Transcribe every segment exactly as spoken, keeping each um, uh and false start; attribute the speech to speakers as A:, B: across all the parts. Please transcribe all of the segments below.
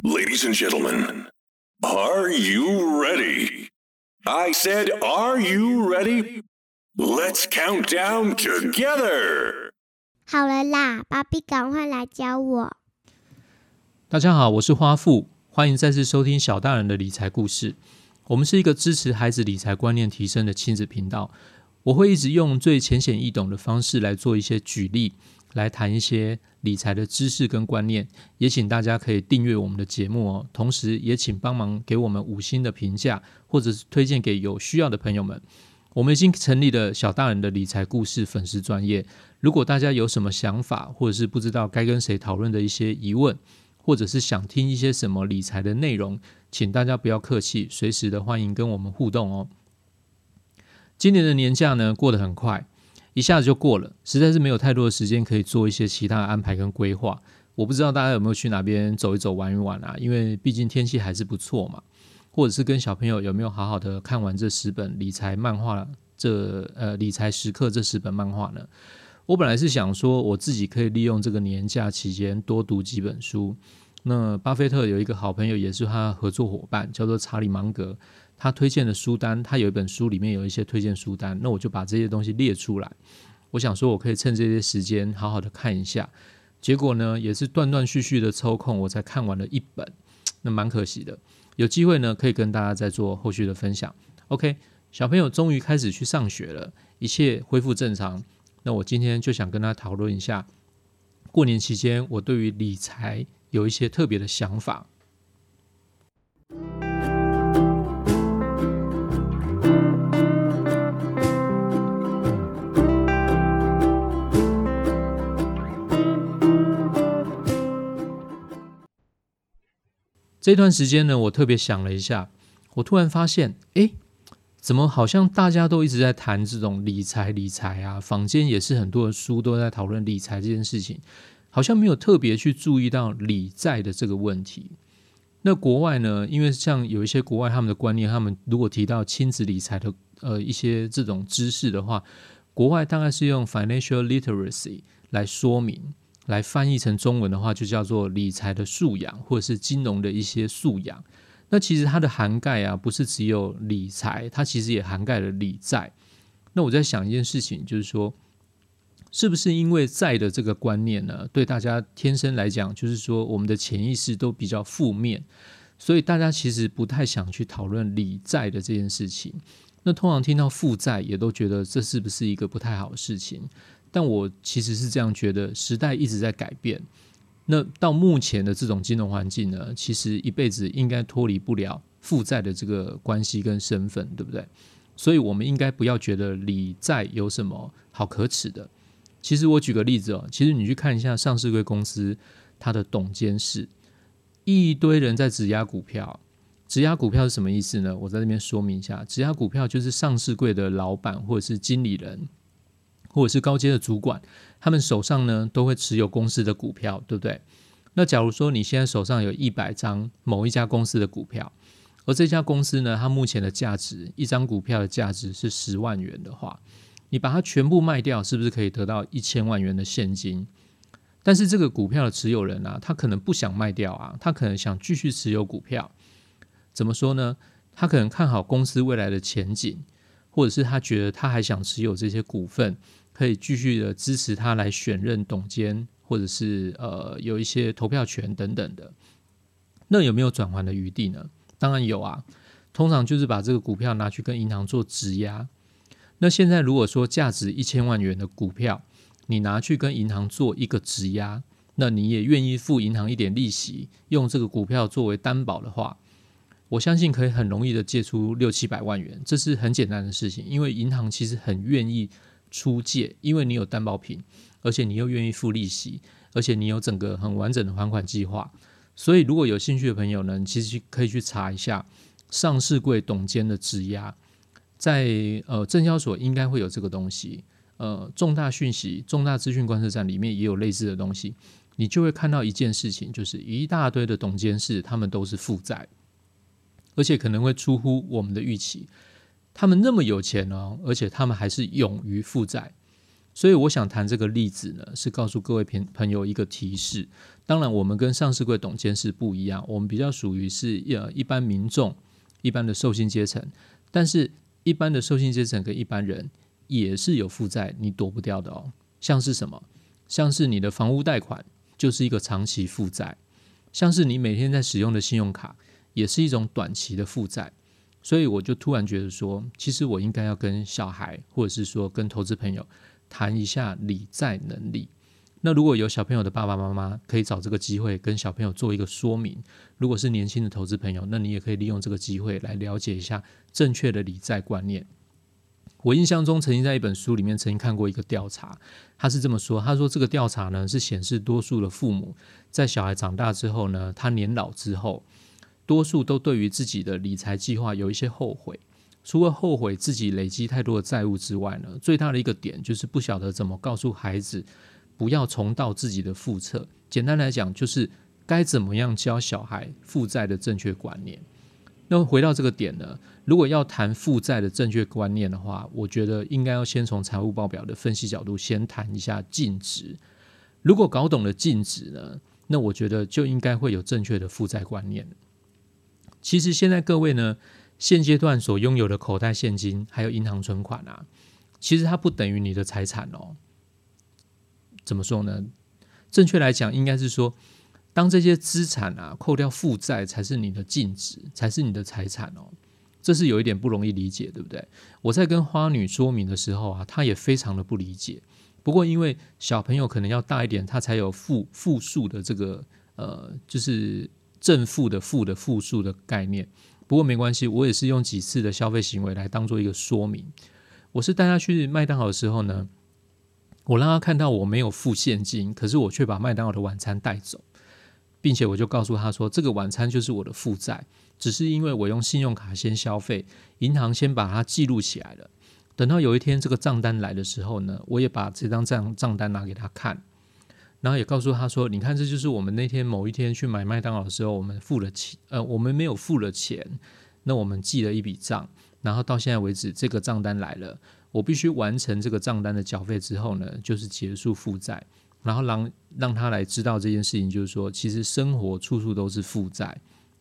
A: Ladies and gentlemen, are you ready? I said, are you ready? Let's count down together.
B: 好了啦，芭比赶快来教我。
C: 大家好，我是花富，欢迎再次收听小大人的理财故事。我们是一个支持孩子理财观念提升的亲子频道，我会一直用最浅显易懂的方式来做一些举例，来谈一些理财的知识跟观念，也请大家可以订阅我们的节目哦，同时也请帮忙给我们五星的评价，或者是推荐给有需要的朋友们。我们已经成立了小大人的理财故事粉丝专页，如果大家有什么想法，或者是不知道该跟谁讨论的一些疑问，或者是想听一些什么理财的内容，请大家不要客气，随时的欢迎跟我们互动哦。今年的年假呢过得很快，一下子就过了，实在是没有太多的时间可以做一些其他的安排跟规划。我不知道大家有没有去哪边走一走玩一玩啊，因为毕竟天气还是不错嘛，或者是跟小朋友有没有好好的看完这十本理财漫画，这呃理财时刻这十本漫画呢？我本来是想说我自己可以利用这个年假期间多读几本书。那巴菲特有一个好朋友，也是他的合作伙伴，叫做查理芒格，他推荐的书单，他有一本书里面有一些推荐书单，那我就把这些东西列出来。我想说我可以趁这些时间好好的看一下，结果呢也是断断续续的抽空，我才看完了一本，那蛮可惜的。有机会呢可以跟大家再做后续的分享。 OK， 小朋友终于开始去上学了，一切恢复正常。那我今天就想跟他讨论一下过年期间我对于理财有一些特别的想法。这段时间呢，我特别想了一下，我突然发现，诶，怎么好像大家都一直在谈这种理财理财啊，坊间也是很多的书都在讨论理财这件事情，好像没有特别去注意到理债的这个问题。那国外呢，因为像有一些国外他们的观念，他们如果提到亲子理财的呃一些这种知识的话，国外大概是用 financial literacy 来说明，来翻译成中文的话就叫做理财的素养，或者是金融的一些素养。那其实它的涵盖啊，不是只有理财，它其实也涵盖了理债。那我在想一件事情，就是说是不是因为债的这个观念呢，对大家天生来讲，就是说我们的潜意识都比较负面，所以大家其实不太想去讨论理债的这件事情。那通常听到负债也都觉得这是不是一个不太好的事情，但我其实是这样觉得，时代一直在改变，那到目前的这种金融环境呢，其实一辈子应该脱离不了负债的这个关系跟身份，对不对？所以我们应该不要觉得理债有什么好可耻的。其实我举个例子哦，其实你去看一下上市柜公司它的董监事，一堆人在质押股票。质押股票是什么意思呢？我在这边说明一下，质押股票就是上市柜的老板或者是经理人或者是高阶的主管，他们手上呢都会持有公司的股票，对不对？那假如说你现在手上有一百张某一家公司的股票，而这家公司呢，它目前的价值，一张股票的价值是十万元的话，你把它全部卖掉，是不是可以得到一千万元的现金？但是这个股票的持有人啊，他可能不想卖掉啊，他可能想继续持有股票。怎么说呢？他可能看好公司未来的前景，或者是他觉得他还想持有这些股份，可以继续的支持他来选任董监，或者是呃有一些投票权等等的。那有没有转换的余地呢？当然有啊，通常就是把这个股票拿去跟银行做质押。那现在如果说价值一千万元的股票，你拿去跟银行做一个质押，那你也愿意付银行一点利息，用这个股票作为担保的话，我相信可以很容易的借出六七百万元，这是很简单的事情。因为银行其实很愿意出借，因为你有担保品，而且你又愿意付利息，而且你有整个很完整的还款计划。所以如果有兴趣的朋友呢，你其实可以去查一下上市柜董监的质押，在呃证交所应该会有这个东西，呃重大讯息重大资讯观测站里面也有类似的东西，你就会看到一件事情，就是一大堆的董监事他们都是负债，而且可能会出乎我们的预期。他们那么有钱哦，而且他们还是勇于负债。 所以我想谈这个例子呢，是告诉各位朋友一个提示。当然我们跟上市柜董监事不一样，我们比较属于是一般民众，一般的受薪阶层，但是一般的受薪阶层跟一般人也是有负债，你躲不掉的哦。像是什么？像是你的房屋贷款就是一个长期负债，像是你每天在使用的信用卡也是一种短期的负债。所以我就突然觉得说，其实我应该要跟小孩或者是说跟投资朋友谈一下理债能力。那如果有小朋友的爸爸妈妈可以找这个机会跟小朋友做一个说明，如果是年轻的投资朋友，那你也可以利用这个机会来了解一下正确的理债观念。我印象中曾经在一本书里面曾经看过一个调查，他是这么说，他说这个调查呢是显示多数的父母在小孩长大之后呢，他年老之后，多数都对于自己的理财计划有一些后悔。除了后悔自己累积太多的债务之外呢，最大的一个点就是不晓得怎么告诉孩子不要重蹈自己的覆辙。简单来讲，就是该怎么样教小孩负债的正确观念。那回到这个点呢，如果要谈负债的正确观念的话，我觉得应该要先从财务报表的分析角度先谈一下净值。如果搞懂了净值呢，那我觉得就应该会有正确的负债观念。其实现在各位呢，现阶段所拥有的口袋现金还有银行存款啊，其实它不等于你的财产哦。怎么说呢？正确来讲应该是说，当这些资产啊扣掉负债才是你的净值，才是你的财产哦。这是有一点不容易理解，对不对？我在跟花女说明的时候啊，她也非常的不理解。不过因为小朋友可能要大一点，他才有负负数的这个呃，就是正负的负的负数的概念。不过没关系，我也是用几次的消费行为来当做一个说明。我是带他去麦当劳的时候呢，我让他看到我没有付现金，可是我却把麦当劳的晚餐带走，并且我就告诉他说，这个晚餐就是我的负债，只是因为我用信用卡先消费，银行先把它记录起来了。等到有一天这个账单来的时候呢，我也把这张账账单拿给他看，然后也告诉他说，你看这就是我们那天某一天去买麦当劳的时候，我们付了钱，呃，我们没有付了钱，那我们记了一笔账，然后到现在为止这个账单来了，我必须完成这个账单的缴费之后呢，就是结束负债，然后让让他来知道这件事情，就是说其实生活处处都是负债。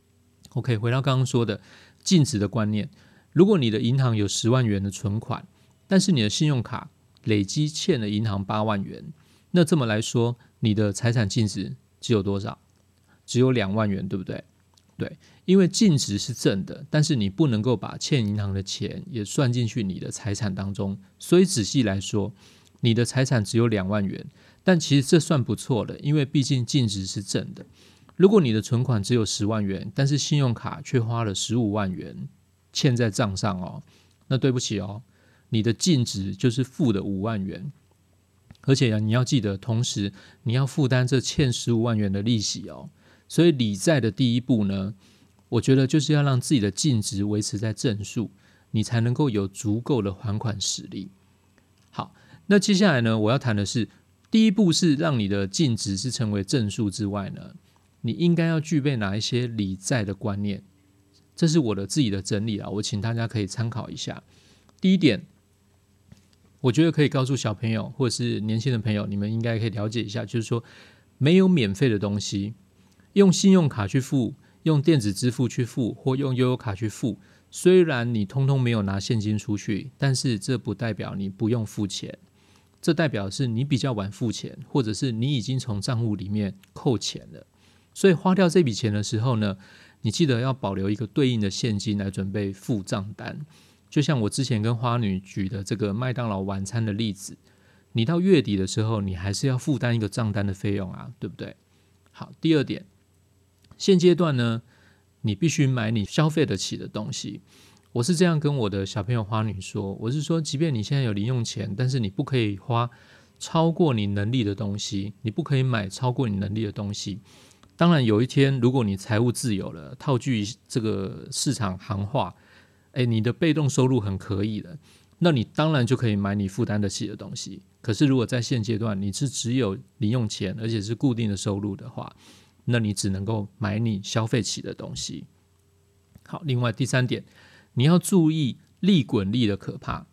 C: OK， 回到刚刚说的净值的观念，如果你的银行有十万元的存款，但是你的信用卡累积欠了银行八万元，那这么来说你的财产净值只有多少？只有两万元，对不对？对，因为净值是正的，但是你不能够把欠银行的钱也算进去你的财产当中，所以仔细来说你的财产只有两万元，但其实这算不错的，因为毕竟净值是正的。如果你的存款只有十万元，但是信用卡却花了十五万元欠在账上哦，那对不起哦，你的净值就是负的五万元。而且、啊、你要记得，同时你要负担这欠十五万元的利息哦。所以理债的第一步呢，我觉得就是要让自己的净值维持在正数，你才能够有足够的还款实力。好，那接下来呢，我要谈的是第一步是让你的净值是成为正数之外呢，你应该要具备哪一些理债的观念？这是我的自己的整理啊，我请大家可以参考一下。第一点，我觉得可以告诉小朋友或者是年轻的朋友，你们应该可以了解一下，就是说没有免费的东西。用信用卡去付，用电子支付去付，或用悠游卡去付，虽然你通通没有拿现金出去，但是这不代表你不用付钱，这代表是你比较晚付钱，或者是你已经从账户里面扣钱了。所以花掉这笔钱的时候呢，你记得要保留一个对应的现金来准备付账单。就像我之前跟花女举的这个麦当劳晚餐的例子，你到月底的时候，你还是要负担一个账单的费用啊，对不对？好，第二点，现阶段呢，你必须买你消费得起的东西。我是这样跟我的小朋友花女说，我是说，即便你现在有零用钱，但是你不可以花超过你能力的东西，你不可以买超过你能力的东西。当然有一天如果你财务自由了，套句这个市场行话，诶，你的被动收入很可以了，那你当然就可以买你负担得起的东西。可是如果在现阶段你是只有零用钱，而且是固定的收入的话，那你只能够买你消费起的东西。好，另外第三点，你要注意利滚利的可怕。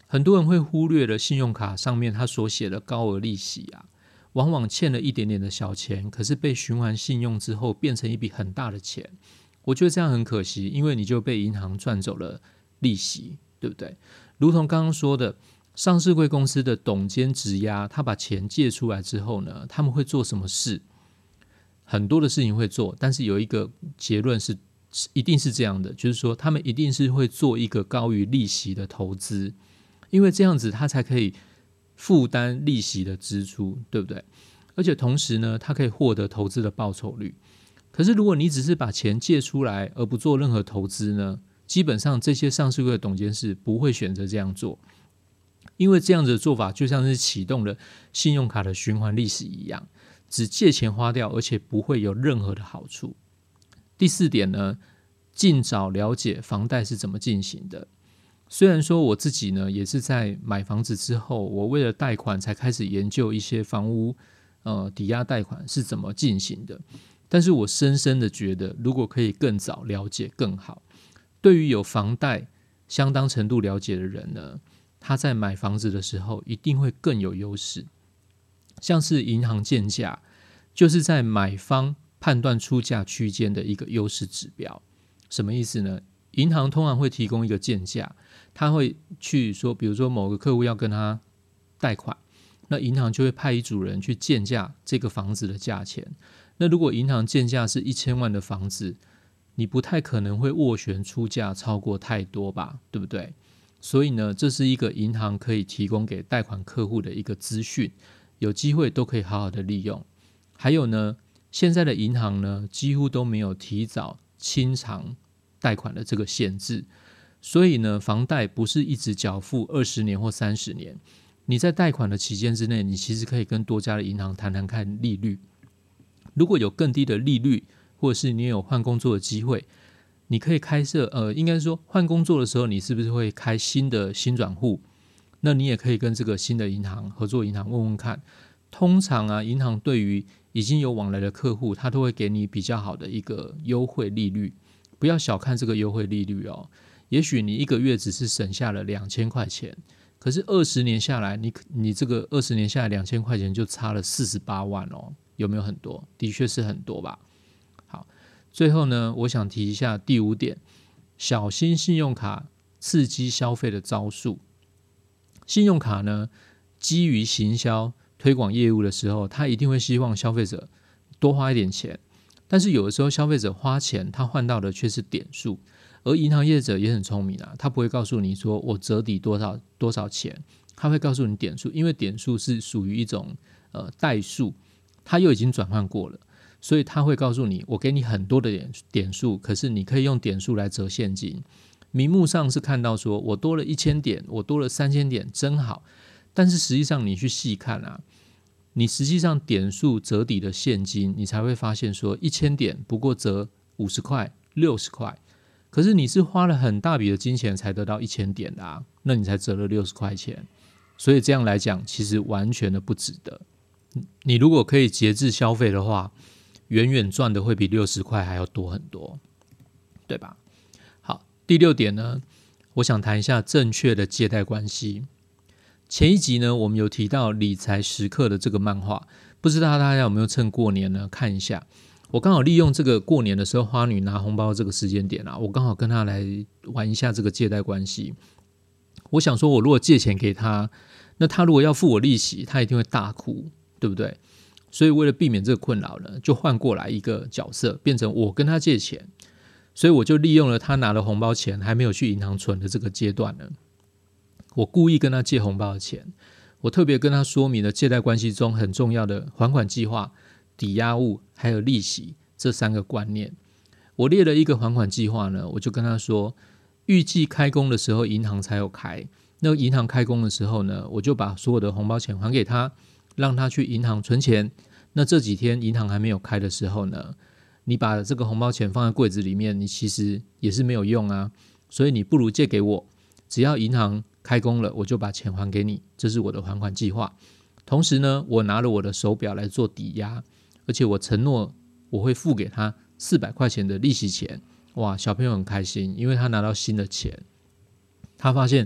C: 很多人会忽略了信用卡上面他所写的高额利息啊，往往欠了一点点的小钱，可是被循环信用之后变成一笔很大的钱。我觉得这样很可惜，因为你就被银行赚走了利息，对不对？如同刚刚说的，上市贵公司的董监质押，他把钱借出来之后呢，他们会做什么事？很多的事情会做，但是有一个结论是一定是这样的，就是说他们一定是会做一个高于利息的投资，因为这样子他才可以负担利息的支出，对不对？而且同时呢，他可以获得投资的报酬率。可是如果你只是把钱借出来而不做任何投资呢，基本上这些上市柜的董监事不会选择这样做，因为这样子的做法就像是启动了信用卡的循环利息一样，只借钱花掉，而且不会有任何的好处。第四点呢，尽早了解房贷是怎么进行的。虽然说我自己呢也是在买房子之后，我为了贷款才开始研究一些房屋呃抵押贷款是怎么进行的，但是我深深的觉得，如果可以更早了解更好。对于有房贷相当程度了解的人呢，他在买房子的时候一定会更有优势。像是银行鉴价，就是在买方判断出价区间的一个优势指标。什么意思呢？银行通常会提供一个鉴价，他会去说，比如说某个客户要跟他贷款，那银行就会派一组人去鉴价这个房子的价钱。那如果银行鉴价是一千万的房子，你不太可能会斡旋出价超过太多吧，对不对？所以呢，这是一个银行可以提供给贷款客户的一个资讯，有机会都可以好好的利用。还有呢，现在的银行呢，几乎都没有提早清偿贷款的这个限制，所以呢，房贷不是一直缴付二十年或三十年，你在贷款的期间之内，你其实可以跟多家的银行谈谈看利率。如果有更低的利率，或者是你有换工作的机会，你可以开设呃，应该说换工作的时候，你是不是会开新的薪转户？那你也可以跟这个新的银行合作银行问问看。通常啊，银行对于已经有往来的客户，他都会给你比较好的一个优惠利率。不要小看这个优惠利率哦，也许你一个月只是省下了两千块钱，可是二十年下来，你你这个二十年下来两千块钱就差了四十八万哦，有没有很多？的确是很多吧。好，最后呢，我想提一下第五点，小心信用卡刺激消费的招数。信用卡呢，基于行销推广业务的时候，他一定会希望消费者多花一点钱。但是有的时候消费者花钱，他换到的却是点数，而银行业者也很聪明啊，他不会告诉你说我折抵多少多少钱，他会告诉你点数，因为点数是属于一种呃代数，他又已经转换过了，所以他会告诉你，我给你很多的点点数，可是你可以用点数来折现金。名目上是看到说我多了一千点，我多了三千点，真好，但是实际上你去细看啊。你实际上点数折抵的现金，你才会发现说一千点不过折五十块、六十块，可是你是花了很大笔的金钱才得到一千点的啊，那你才折了六十块钱，所以这样来讲，其实完全的不值得。你如果可以节制消费的话，远远赚的会比六十块还要多很多，对吧？好，第六点呢，我想谈一下正确的借贷关系。前一集呢，我们有提到理财时刻的这个漫画，不知道大家有没有趁过年呢看一下？我刚好利用这个过年的时候花女拿红包这个时间点啊，我刚好跟她来玩一下这个借贷关系。我想说，我如果借钱给她，那她如果要付我利息，她一定会大哭，对不对？所以为了避免这个困扰呢，就换过来一个角色，变成我跟她借钱。所以我就利用了她拿了红包钱还没有去银行存的这个阶段呢。我故意跟他借红包的钱，我特别跟他说明了借贷关系中很重要的还款计划、抵押物还有利息这三个观念。我列了一个还款计划呢，我就跟他说，预计开工的时候银行才有开，那银行开工的时候呢，我就把所有的红包钱还给他，让他去银行存钱。那这几天银行还没有开的时候呢，你把这个红包钱放在柜子里面，你其实也是没有用啊，所以你不如借给我，只要银行开工了，我就把钱还给你，这是我的还款计划。同时呢，我拿了我的手表来做抵押，而且我承诺我会付给他四百块钱的利息钱。哇，小朋友很开心，因为他拿到新的钱，他发现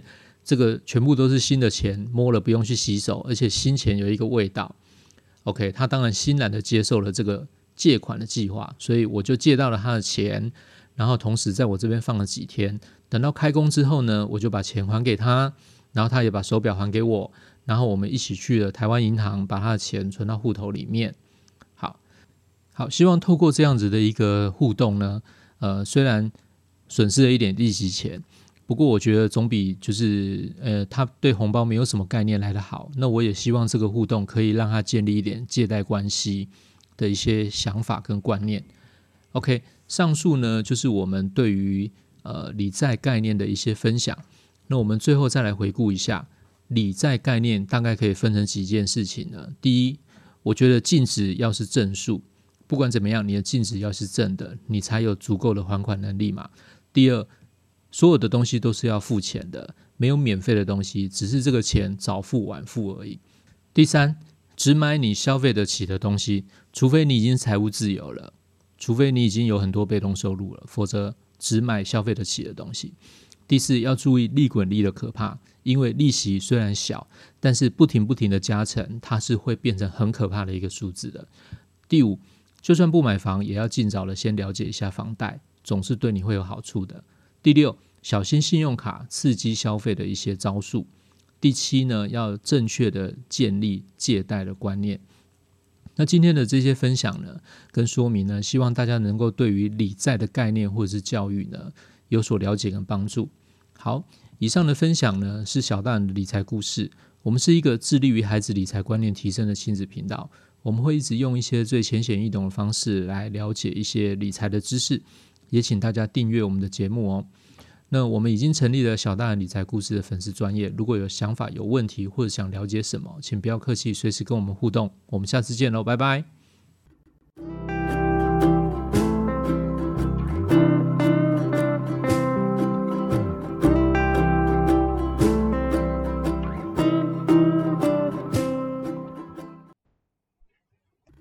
C: 这个全部都是新的钱，摸了不用去洗手，而且新钱有一个味道。OK， 他当然欣然的接受了这个借款的计划，所以我就借到了他的钱，然后同时在我这边放了几天，等到开工之后呢，我就把钱还给他，然后他也把手表还给我，然后我们一起去了台湾银行，把他的钱存到户头里面。好，好，希望透过这样子的一个互动呢，呃，虽然损失了一点利息钱，不过我觉得总比就是呃他对红包没有什么概念来得好。那我也希望这个互动可以让他建立一点借贷关系的一些想法跟观念。OK， 上述呢就是我们对于呃理债概念的一些分享。那我们最后再来回顾一下理债概念，大概可以分成几件事情呢？第一，我觉得净值要是正数，不管怎么样，你的净值要是正的，你才有足够的还款能力嘛。第二，所有的东西都是要付钱的，没有免费的东西，只是这个钱早付晚付而已。第三，只买你消费得起的东西，除非你已经财务自由了，除非你已经有很多被动收入了，否则只买消费得起的东西。第四，要注意利滚利的可怕，因为利息虽然小，但是不停不停的加成，它是会变成很可怕的一个数字的。第五，就算不买房，也要尽早的先了解一下房贷，总是对你会有好处的。第六，小心信用卡刺激消费的一些招数。第七呢，要正确的建立借贷的观念。那今天的这些分享呢，跟说明呢，希望大家能够对于理债的概念或者是教育呢，有所了解跟帮助。好，以上的分享呢，是小大人的理财故事。我们是一个致力于孩子理财观念提升的亲子频道，我们会一直用一些最浅显易懂的方式来了解一些理财的知识，也请大家订阅我们的节目哦。那我们已经成立了小大人理财故事的粉丝专页，如果有想法有问题或者想了解什么，请不要客气，随时跟我们互动。我们下次见喽，拜拜。